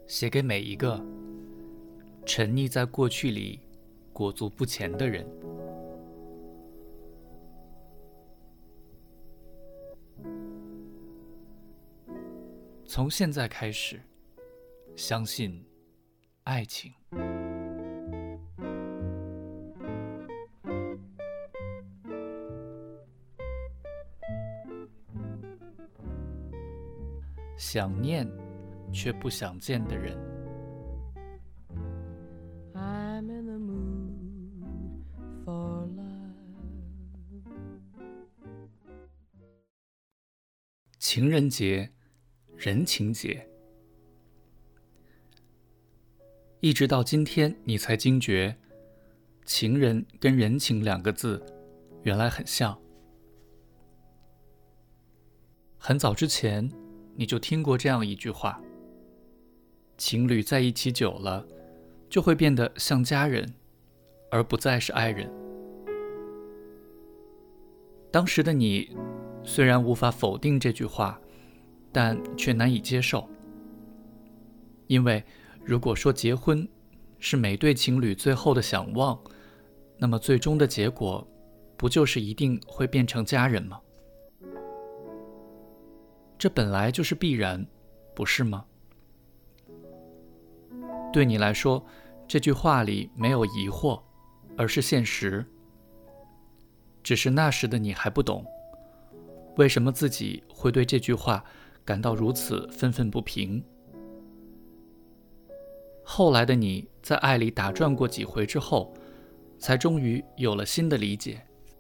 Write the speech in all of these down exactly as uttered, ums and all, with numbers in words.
写给每一个沉溺在过去里裹足不前的人。从现在开始，相信爱情。想念却不想见的人。 I'm in the mood for love. 情人节，人情节。一直到今天，你才惊觉，情人跟人情两个字，原来很像。很早之前，你就听过这样一句话：情侣在一起久了，就会变得像家人，而不再是爱人。当时的你虽然无法否定这句话，但却难以接受。因为如果说结婚是每对情侣最后的想望，那么最终的结果不就是一定会变成家人吗？这本来就是必然，不是吗？对你来说，这句话里没有疑惑，而是现实。只是那时的你还不懂，为什么自己会对这句话感到如此愤愤不平。后来的你在爱里打转过几回之后，才终于有了新的理解。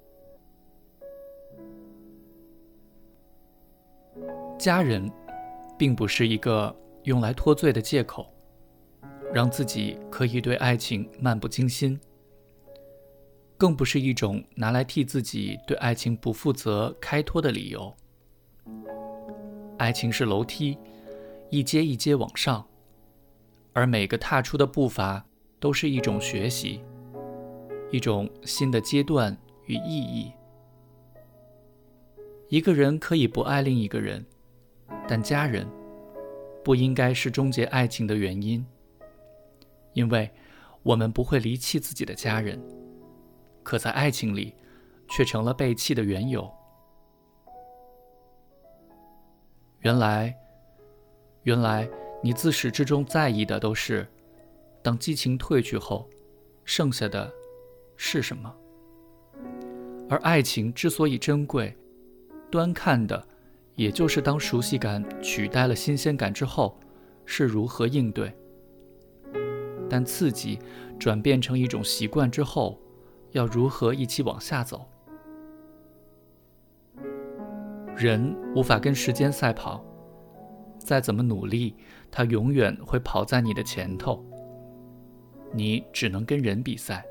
家人并不是一个用来脱罪的借口，让自己可以对爱情漫不经心，更不是一种拿来替自己对爱情不负责开脱的理由。爱情是楼梯，一阶一阶往上，而每个踏出的步伐都是一种学习，一种新的阶段与意义。一个人可以不爱另一个人，但家人不应该是终结爱情的原因，因为我们不会离弃自己的家人，可在爱情里却成了背弃的缘由。原来，原来你自始至终在意的都是，当激情褪去后，剩下的是什么？而爱情之所以珍贵，端看的也就是当熟悉感取代了新鲜感之后，是如何应对。但刺激转变成一种习惯之后，要如何一起往下走？人无法跟时间赛跑，再怎么努力，他永远会跑在你的前头。你只能跟人比赛。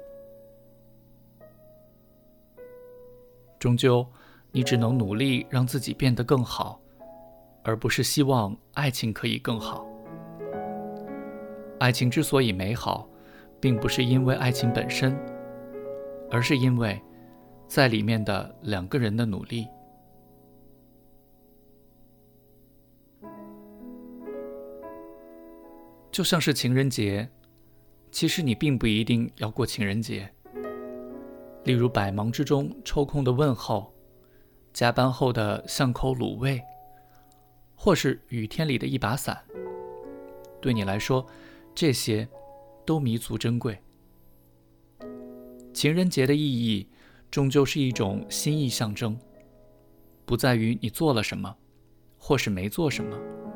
终究，你只能努力让自己变得更好，而不是希望爱情可以更好。爱情之所以美好，并不是因为爱情本身，而是因为在里面的两个人的努力。就像是情人节，其实你并不一定要过情人节。例如百忙之中抽空的问候，加班后的巷口卤味，或是雨天里的一把伞，对你来说，这些都弥足珍贵。情人节的意义终究是一种心意象征，不在于你做了什么，或是没做什么。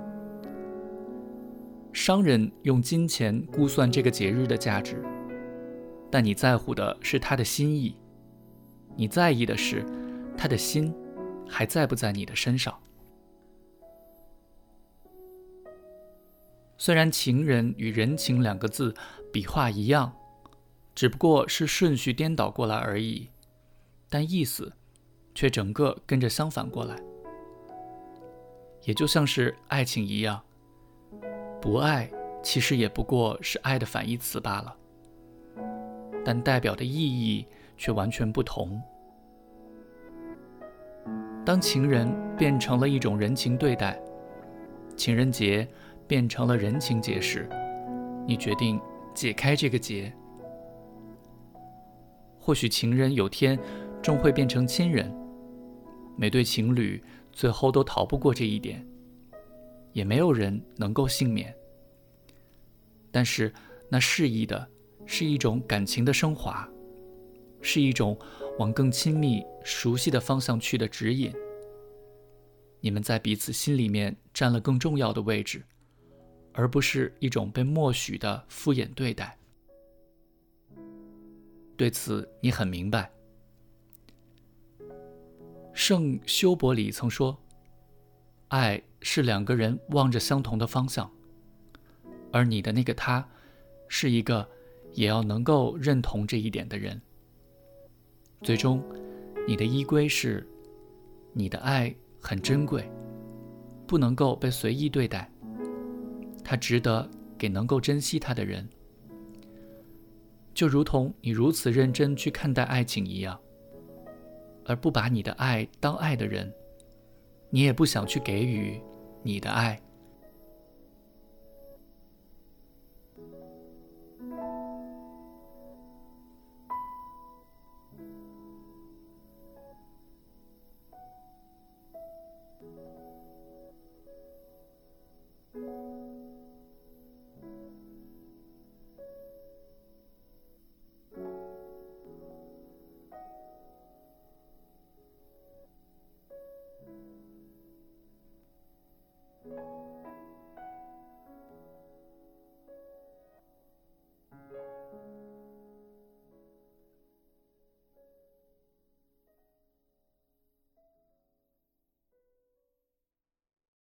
商人用金钱估算这个节日的价值，但你在乎的是他的心意，你在意的是他的心还在不在你的身上。虽然情人与人情两个字笔画一样，只不过是顺序颠倒过来而已，但意思却整个跟着相反过来。也就像是爱情一样，不爱其实也不过是爱的反义词罢了，但代表的意义却完全不同。当情人变成了一种人情对待，情人节变成了人情结时，你决定解开这个结。或许情人有天终会变成亲人，每对情侣最后都逃不过这一点，也没有人能够幸免。但是那示意的是一种感情的升华，是一种往更亲密熟悉的方向去的指引。你们在彼此心里面占了更重要的位置，而不是一种被默许的敷衍对待。对此你很明白。圣修伯里曾说，爱是两个人望着相同的方向，而你的那个他是一个也要能够认同这一点的人。最终你的依归是，你的爱很珍贵，不能够被随意对待，它值得给能够珍惜它的人。就如同你如此认真去看待爱情一样，而不把你的爱当爱的人，你也不想去给予你的爱。